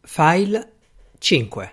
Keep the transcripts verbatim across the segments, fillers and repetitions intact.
File cinque.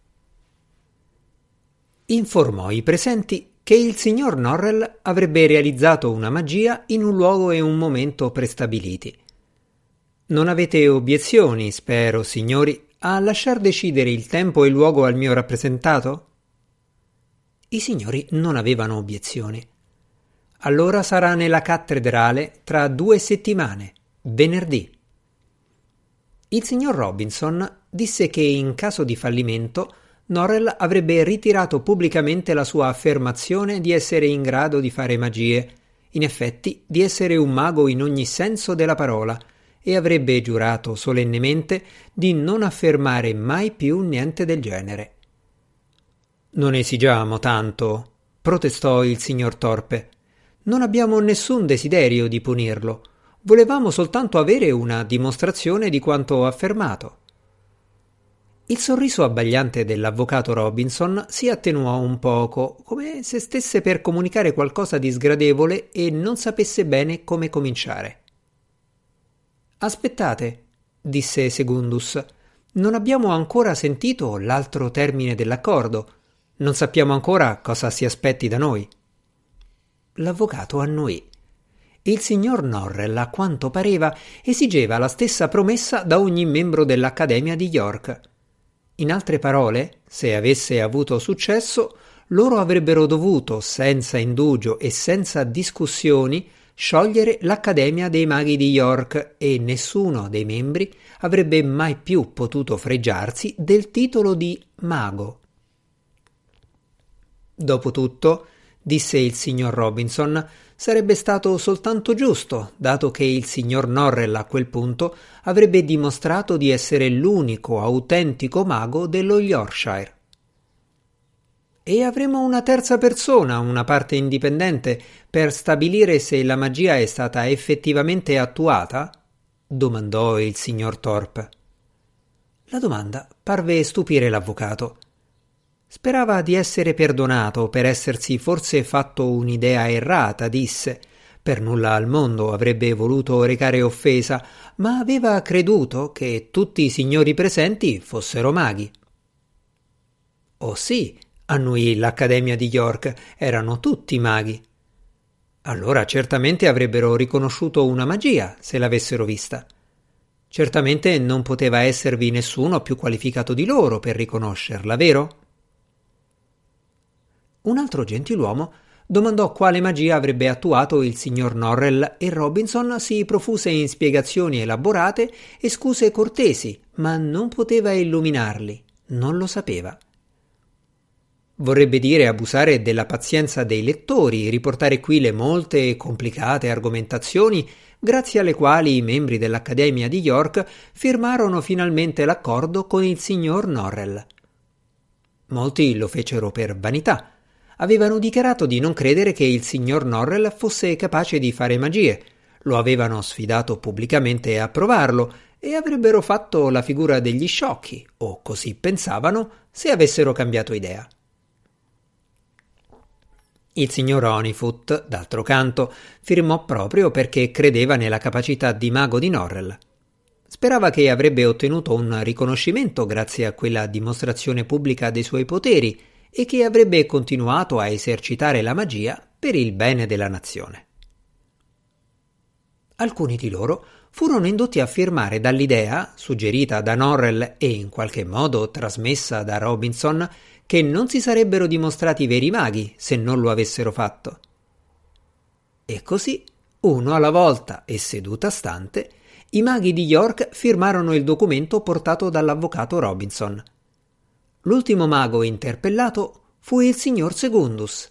Informò i presenti che il signor Norrell avrebbe realizzato una magia in un luogo e un momento prestabiliti. Non avete obiezioni, spero, signori, a lasciar decidere il tempo e il luogo al mio rappresentato? I signori non avevano obiezioni. Allora sarà nella cattedrale tra due settimane, venerdì. Il signor Robinson disse che in caso di fallimento Norrell avrebbe ritirato pubblicamente la sua affermazione di essere in grado di fare magie, in effetti di essere un mago in ogni senso della parola, e avrebbe giurato solennemente di non affermare mai più niente del genere. «Non esigiamo tanto», protestò il signor Torpe. «Non abbiamo nessun desiderio di punirlo. Volevamo soltanto avere una dimostrazione di quanto affermato». Il sorriso abbagliante dell'avvocato Robinson si attenuò un poco, come se stesse per comunicare qualcosa di sgradevole e non sapesse bene come cominciare. «Aspettate», disse Secundus, «non abbiamo ancora sentito l'altro termine dell'accordo. Non sappiamo ancora cosa si aspetti da noi». L'avvocato annuì. Il signor Norrell, a quanto pareva, esigeva la stessa promessa da ogni membro dell'Accademia di York. In altre parole, se avesse avuto successo, loro avrebbero dovuto, senza indugio e senza discussioni, sciogliere l'Accademia dei Maghi di York e nessuno dei membri avrebbe mai più potuto fregiarsi del titolo di mago. Dopotutto, disse il signor Robinson, sarebbe stato soltanto giusto, dato che il signor Norrell a quel punto avrebbe dimostrato di essere l'unico autentico mago dello Yorkshire. «E avremo una terza persona, una parte indipendente, per stabilire se la magia è stata effettivamente attuata?» domandò il signor Thorpe. La domanda parve stupire l'avvocato. Sperava di essere perdonato per essersi forse fatto un'idea errata, disse. Per nulla al mondo avrebbe voluto recare offesa, ma aveva creduto che tutti i signori presenti fossero maghi. «Oh sì», annuì l'Accademia di York, «erano tutti maghi». Allora certamente avrebbero riconosciuto una magia se l'avessero vista. Certamente non poteva esservi nessuno più qualificato di loro per riconoscerla, vero? Un altro gentiluomo domandò quale magia avrebbe attuato il signor Norrell e Robinson si profuse in spiegazioni elaborate e scuse cortesi, ma non poteva illuminarli, non lo sapeva. Vorrebbe dire abusare della pazienza dei lettori, riportare qui le molte e complicate argomentazioni grazie alle quali i membri dell'Accademia di York firmarono finalmente l'accordo con il signor Norrell. Molti lo fecero per vanità. Avevano dichiarato di non credere che il signor Norrell fosse capace di fare magie, lo avevano sfidato pubblicamente a provarlo e avrebbero fatto la figura degli sciocchi, o così pensavano, se avessero cambiato idea. Il signor Honeyfoot, d'altro canto, firmò proprio perché credeva nella capacità di mago di Norrell. Sperava che avrebbe ottenuto un riconoscimento grazie a quella dimostrazione pubblica dei suoi poteri e che avrebbe continuato a esercitare la magia per il bene della nazione. Alcuni di loro furono indotti a firmare dall'idea, suggerita da Norrell e in qualche modo trasmessa da Robinson, che non si sarebbero dimostrati veri maghi se non lo avessero fatto. E così, uno alla volta e seduta stante, i maghi di York firmarono il documento portato dall'avvocato Robinson. L'ultimo mago interpellato fu il signor Secundus.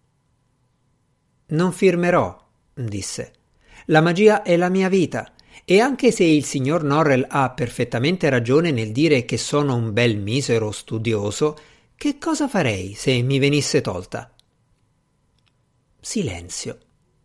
«Non firmerò», disse. «La magia è la mia vita, e anche se il signor Norrell ha perfettamente ragione nel dire che sono un bel misero studioso, che cosa farei se mi venisse tolta?» Silenzio.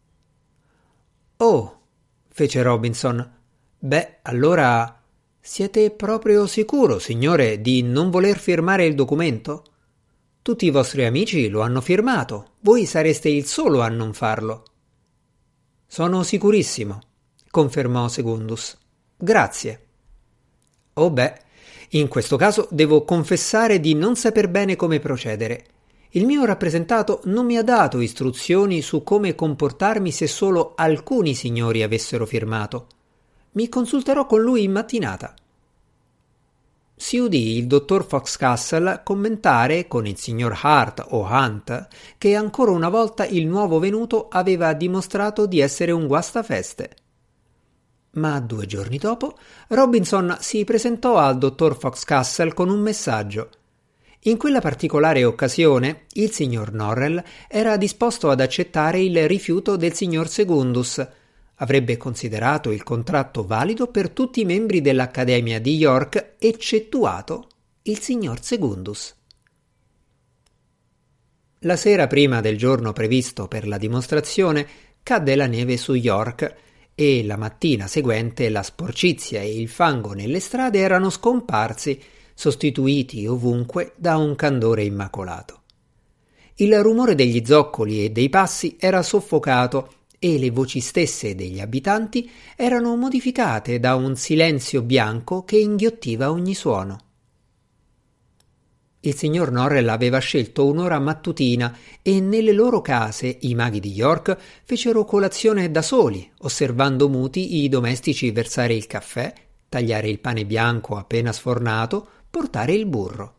«Oh», fece Robinson, «beh, allora siete proprio sicuro, signore, di non voler firmare il documento? Tutti i vostri amici lo hanno firmato, voi sareste il solo a non farlo». «Sono sicurissimo», confermò Secundus. «Grazie». «Oh beh, In questo caso devo confessare di non saper bene come procedere. Il mio rappresentato non mi ha dato istruzioni su come comportarmi se solo alcuni signori avessero firmato. Mi consulterò con lui in mattinata. Si udì il dottor Foxcastle commentare con il signor Hart o Hunt che ancora una volta il nuovo venuto aveva dimostrato di essere un guastafeste. Ma due giorni dopo Robinson si presentò al dottor Foxcastle con un messaggio. In quella particolare occasione il signor Norrell era disposto ad accettare il rifiuto del signor Secundus. Avrebbe considerato il contratto valido per tutti i membri dell'Accademia di York, eccettuato il signor Secundus. La sera prima del giorno previsto per la dimostrazione cadde la neve su York e la mattina seguente la sporcizia e il fango nelle strade erano scomparsi, sostituiti ovunque da un candore immacolato. Il rumore degli zoccoli e dei passi era soffocato e le voci stesse degli abitanti erano modificate da un silenzio bianco che inghiottiva ogni suono. Il signor Norrell aveva scelto un'ora mattutina e nelle loro case i maghi di York fecero colazione da soli, osservando muti i domestici versare il caffè, tagliare il pane bianco appena sfornato, portare il burro.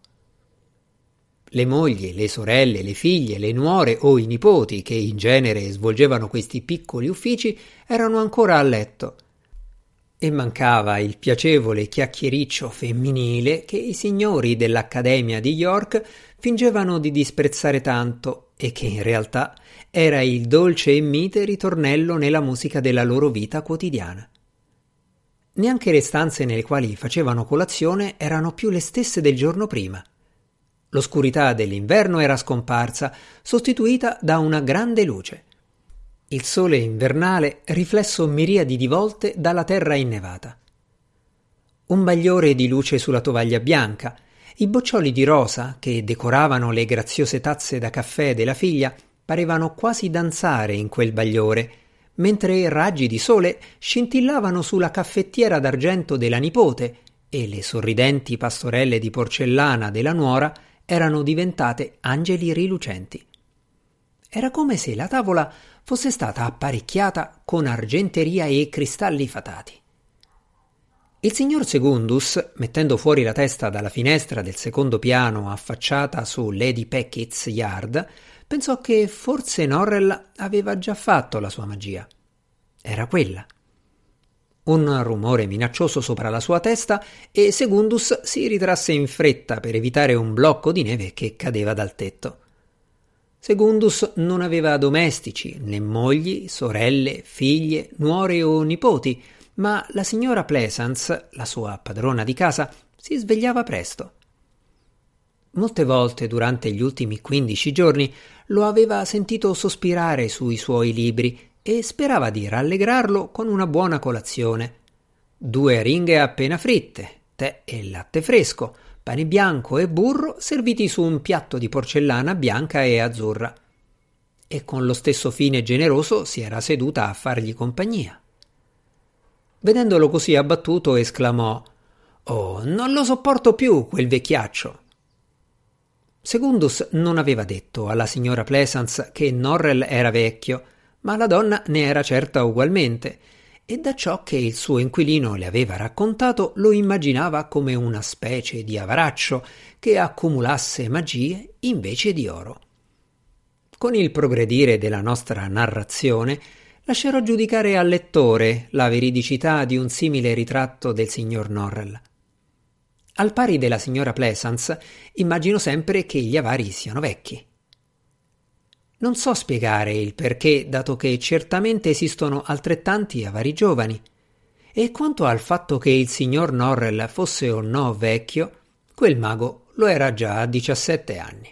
Le mogli, le sorelle, le figlie, le nuore o i nipoti, che in genere svolgevano questi piccoli uffici, erano ancora a letto. E mancava il piacevole chiacchiericcio femminile che i signori dell'Accademia di York fingevano di disprezzare tanto e che in realtà era il dolce e mite ritornello nella musica della loro vita quotidiana. Neanche le stanze nelle quali facevano colazione erano più le stesse del giorno prima. L'oscurità dell'inverno era scomparsa, sostituita da una grande luce. Il sole invernale riflesso miriadi di volte dalla terra innevata. Un bagliore di luce sulla tovaglia bianca, i boccioli di rosa che decoravano le graziose tazze da caffè della figlia parevano quasi danzare in quel bagliore, mentre raggi di sole scintillavano sulla caffettiera d'argento della nipote e le sorridenti pastorelle di porcellana della nuora erano diventate angeli rilucenti. Era come se la tavola fosse stata apparecchiata con argenteria e cristalli fatati. Il signor Secundus, mettendo fuori la testa dalla finestra del secondo piano affacciata su Lady Peckett's Yard, pensò che forse Norrell aveva già fatto la sua magia. Era quella. Un rumore minaccioso sopra la sua testa e Secundus si ritrasse in fretta per evitare un blocco di neve che cadeva dal tetto. Secundus non aveva domestici, né mogli, sorelle, figlie, nuore o nipoti, ma la signora Pleasance, la sua padrona di casa, si svegliava presto. Molte volte durante gli ultimi quindici giorni lo aveva sentito sospirare sui suoi libri e sperava di rallegrarlo con una buona colazione. Due aringhe appena fritte, tè e latte fresco, pane bianco e burro serviti su un piatto di porcellana bianca e azzurra. E con lo stesso fine generoso si era seduta a fargli compagnia. Vedendolo così abbattuto esclamò: «Oh, non lo sopporto più, quel vecchiaccio!» Secundus non aveva detto alla signora Pleasance che Norrell era vecchio, ma la donna ne era certa ugualmente, e da ciò che il suo inquilino le aveva raccontato lo immaginava come una specie di avaraccio che accumulasse magie invece di oro. Con il progredire della nostra narrazione lascerò giudicare al lettore la veridicità di un simile ritratto del signor Norrell. Al pari della signora Pleasance, immagino sempre che gli avari siano vecchi. Non so spiegare il perché, dato che certamente esistono altrettanti avari giovani. E quanto al fatto che il signor Norrell fosse o no vecchio, quel mago lo era già a diciassette anni.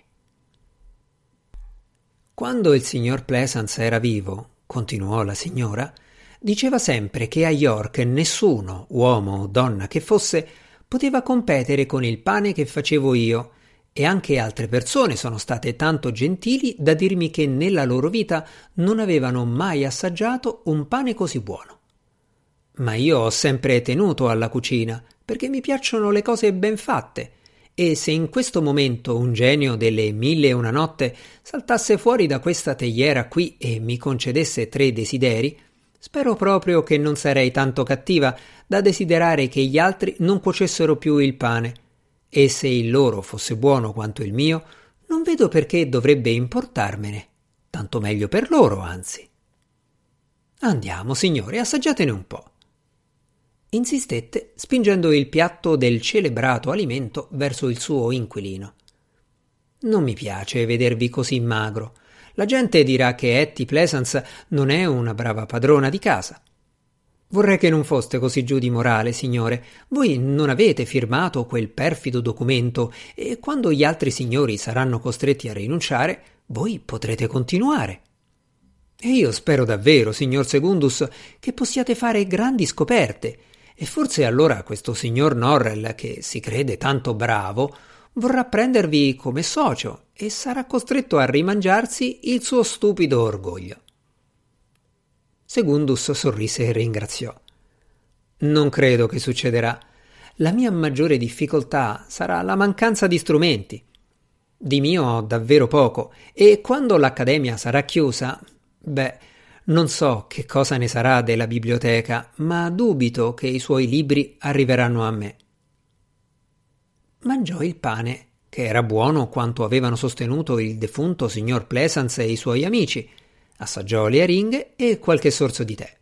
Quando il signor Pleasance era vivo, continuò la signora, diceva sempre che a York nessuno, uomo o donna che fosse, poteva competere con il pane che facevo io, e anche altre persone sono state tanto gentili da dirmi che nella loro vita non avevano mai assaggiato un pane così buono. Ma io ho sempre tenuto alla cucina, perché mi piacciono le cose ben fatte, e se in questo momento un genio delle mille e una notte saltasse fuori da questa teiera qui e mi concedesse tre desideri, spero proprio che non sarei tanto cattiva da desiderare che gli altri non cuocessero più il pane, e se il loro fosse buono quanto il mio, non vedo perché dovrebbe importarmene, tanto meglio per loro, anzi. Andiamo, signore, assaggiatene un po'. Insistette, spingendo il piatto del celebrato alimento verso il suo inquilino. Non mi piace vedervi così magro. La gente dirà che Hattie Pleasance non è una brava padrona di casa. Vorrei che non foste così giù di morale, signore. Voi non avete firmato quel perfido documento e quando gli altri signori saranno costretti a rinunciare, voi potrete continuare. E io spero davvero, signor Secundus, che possiate fare grandi scoperte. E forse allora questo signor Norrell, che si crede tanto bravo, vorrà prendervi come socio e sarà costretto a rimangiarsi il suo stupido orgoglio. Secundus sorrise e ringraziò. Non credo che succederà. La mia maggiore difficoltà sarà la mancanza di strumenti. Di mio ho davvero poco e quando l'accademia sarà chiusa, beh, non so che cosa ne sarà della biblioteca, ma dubito che i suoi libri arriveranno a me. Mangiò il pane, che era buono quanto avevano sostenuto il defunto signor Pleasance e i suoi amici, assaggiò le aringhe e qualche sorso di tè.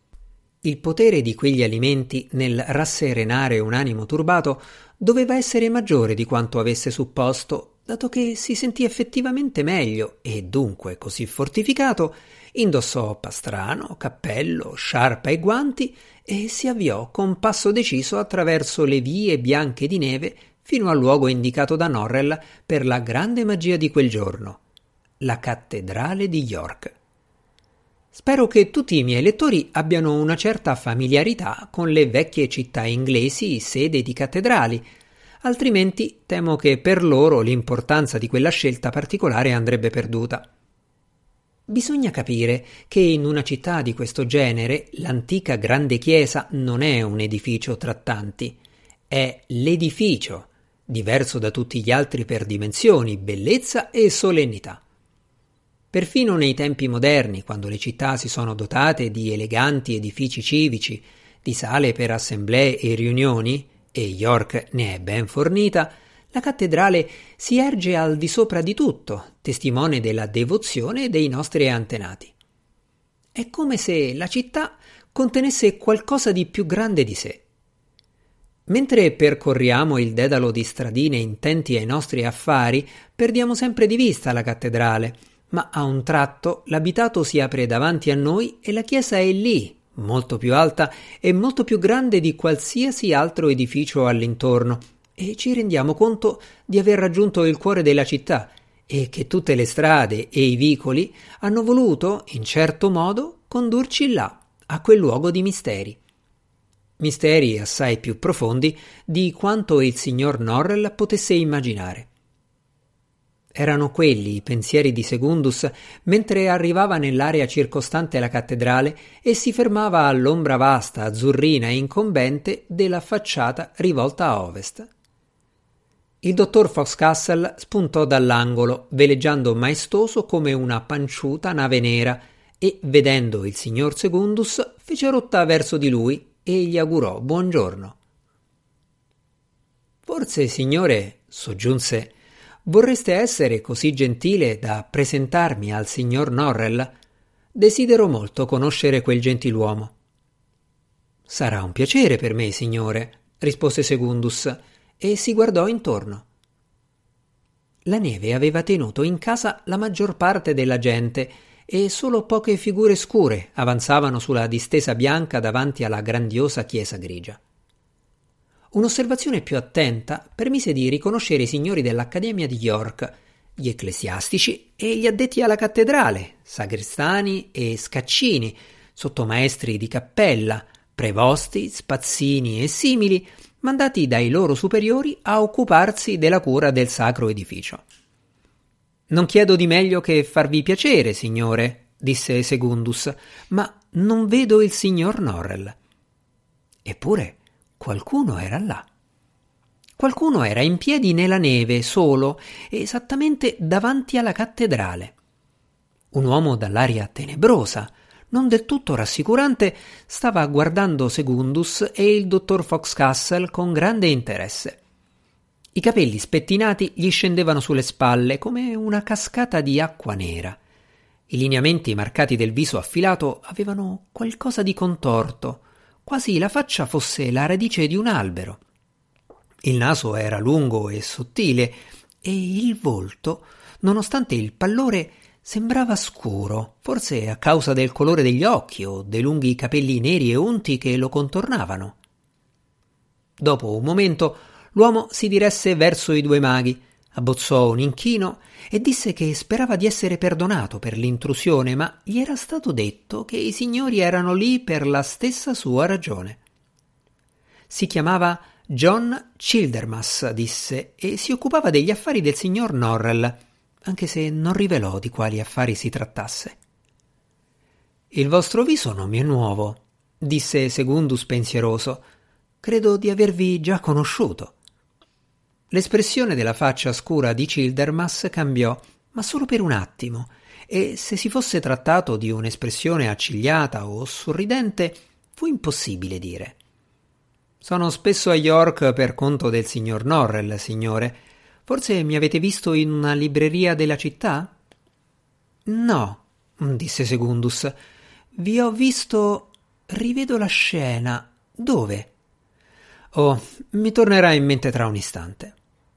Il potere di quegli alimenti nel rasserenare un animo turbato doveva essere maggiore di quanto avesse supposto, dato che si sentì effettivamente meglio e dunque così fortificato, indossò pastrano, cappello, sciarpa e guanti e si avviò con passo deciso attraverso le vie bianche di neve fino al luogo indicato da Norrell per la grande magia di quel giorno, la cattedrale di York. Spero che tutti i miei lettori abbiano una certa familiarità con le vecchie città inglesi sede di cattedrali, altrimenti temo che per loro l'importanza di quella scelta particolare andrebbe perduta. Bisogna capire che in una città di questo genere l'antica grande chiesa non è un edificio tra tanti, è l'edificio, diverso da tutti gli altri per dimensioni, bellezza e solennità. Perfino nei tempi moderni, quando le città si sono dotate di eleganti edifici civici, di sale per assemblee e riunioni, e York ne è ben fornita, la cattedrale si erge al di sopra di tutto, testimone della devozione dei nostri antenati. È come se la città contenesse qualcosa di più grande di sé. Mentre percorriamo il dedalo di stradine intenti ai nostri affari, perdiamo sempre di vista la cattedrale, ma a un tratto l'abitato si apre davanti a noi e la chiesa è lì, molto più alta e molto più grande di qualsiasi altro edificio all'intorno, e ci rendiamo conto di aver raggiunto il cuore della città e che tutte le strade e i vicoli hanno voluto, in certo modo, condurci là, a quel luogo di misteri. Misteri assai più profondi di quanto il signor Norrell potesse immaginare. Erano quelli i pensieri di Secundus mentre arrivava nell'area circostante la cattedrale e si fermava all'ombra vasta, azzurrina e incombente della facciata rivolta a ovest. Il dottor Foxcastle spuntò dall'angolo, veleggiando maestoso come una panciuta nave nera, e, vedendo il signor Secundus, fece rotta verso di lui e gli augurò buongiorno. «Forse, signore», soggiunse, «vorreste essere così gentile da presentarmi al signor Norrell? Desidero molto conoscere quel gentiluomo». «Sarà un piacere per me, signore», rispose Secundus, e si guardò intorno. La neve aveva tenuto in casa la maggior parte della gente e solo poche figure scure avanzavano sulla distesa bianca davanti alla grandiosa chiesa grigia. Un'osservazione più attenta permise di riconoscere i signori dell'Accademia di York, gli ecclesiastici e gli addetti alla cattedrale, sagrestani e scaccini, sottomaestri di cappella, prevosti, spazzini e simili, mandati dai loro superiori a occuparsi della cura del sacro edificio. «Non chiedo di meglio che farvi piacere, signore», disse Secundus, «ma non vedo il signor Norrell». Eppure qualcuno era là. Qualcuno era in piedi nella neve, solo, esattamente davanti alla cattedrale. Un uomo dall'aria tenebrosa, non del tutto rassicurante, stava guardando Secundus e il dottor Foxcastle con grande interesse. I capelli spettinati gli scendevano sulle spalle come una cascata di acqua nera. I lineamenti marcati del viso affilato avevano qualcosa di contorto, quasi la faccia fosse la radice di un albero. Il naso era lungo e sottile e il volto, nonostante il pallore, sembrava scuro, forse a causa del colore degli occhi o dei lunghi capelli neri e unti che lo contornavano. Dopo un momento l'uomo si diresse verso i due maghi, abbozzò un inchino e disse che sperava di essere perdonato per l'intrusione, ma gli era stato detto che i signori erano lì per la stessa sua ragione. Si chiamava John Childermas, disse, e si occupava degli affari del signor Norrell, anche se non rivelò di quali affari si trattasse. «Il vostro viso non mi è nuovo», disse Secundus pensieroso. «Credo di avervi già conosciuto». L'espressione della faccia scura di Childermas cambiò, ma solo per un attimo, e se si fosse trattato di un'espressione accigliata o sorridente, fu impossibile dire. «Sono spesso a York per conto del signor Norrell, signore. Forse mi avete visto in una libreria della città?» «No», disse Secundus. «Vi ho visto... rivedo la scena. Dove?» «Oh, mi tornerà in mente tra un istante».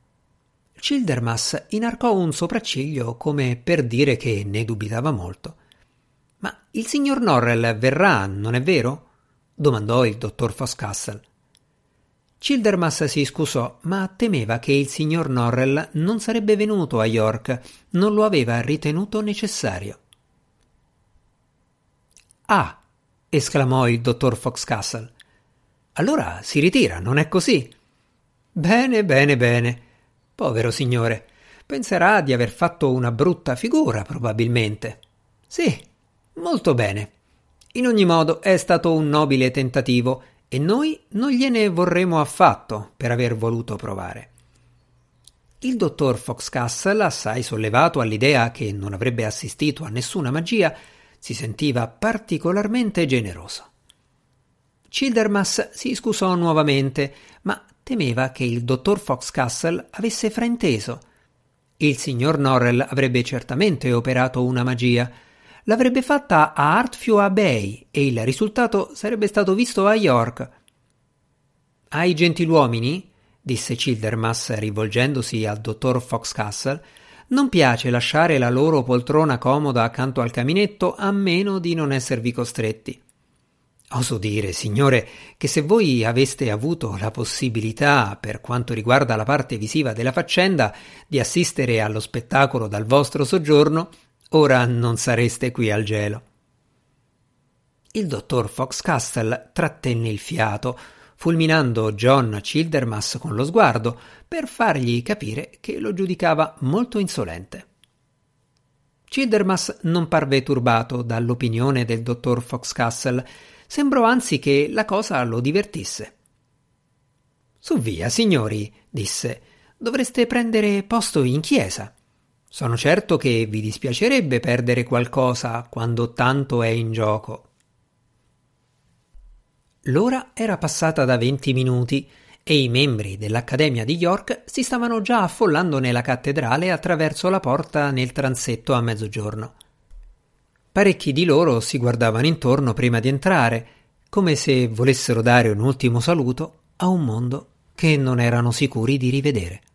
Childermas inarcò un sopracciglio come per dire che ne dubitava molto. «Ma il signor Norrell verrà, non è vero?» domandò il dottor Foxcastle. Childermas si scusò, ma temeva che il signor Norrell non sarebbe venuto a York, non lo aveva ritenuto necessario. «Ah!» esclamò il dottor Foxcastle. «Allora si ritira, non è così?» «Bene, bene, bene. Povero signore, penserà di aver fatto una brutta figura, probabilmente. Sì, molto bene. In ogni modo è stato un nobile tentativo e noi non gliene vorremmo affatto per aver voluto provare». Il dottor Foxcastle, assai sollevato all'idea che non avrebbe assistito a nessuna magia, si sentiva particolarmente generoso. Childermas si scusò nuovamente, ma temeva che il dottor Foxcastle avesse frainteso. Il signor Norrell avrebbe certamente operato una magia. L'avrebbe fatta a Artfjord Bay e il risultato sarebbe stato visto a York. «Ai gentiluomini», disse Childermas rivolgendosi al dottor Foxcastle, «non piace lasciare la loro poltrona comoda accanto al caminetto a meno di non esservi costretti. Oso dire, signore, che se voi aveste avuto la possibilità, per quanto riguarda la parte visiva della faccenda, di assistere allo spettacolo dal vostro soggiorno, ora non sareste qui al gelo». Il dottor Foxcastle trattenne il fiato, fulminando John Childermas con lo sguardo per fargli capire che lo giudicava molto insolente. Childermas non parve turbato dall'opinione del dottor Foxcastle, sembrò anzi che la cosa lo divertisse. «Su via, signori», disse, «dovreste prendere posto in chiesa. Sono certo che vi dispiacerebbe perdere qualcosa quando tanto è in gioco». L'ora era passata da venti minuti e i membri dell'Accademia di York si stavano già affollando nella cattedrale attraverso la porta nel transetto a mezzogiorno. Parecchi di loro si guardavano intorno prima di entrare, come se volessero dare un ultimo saluto a un mondo che non erano sicuri di rivedere.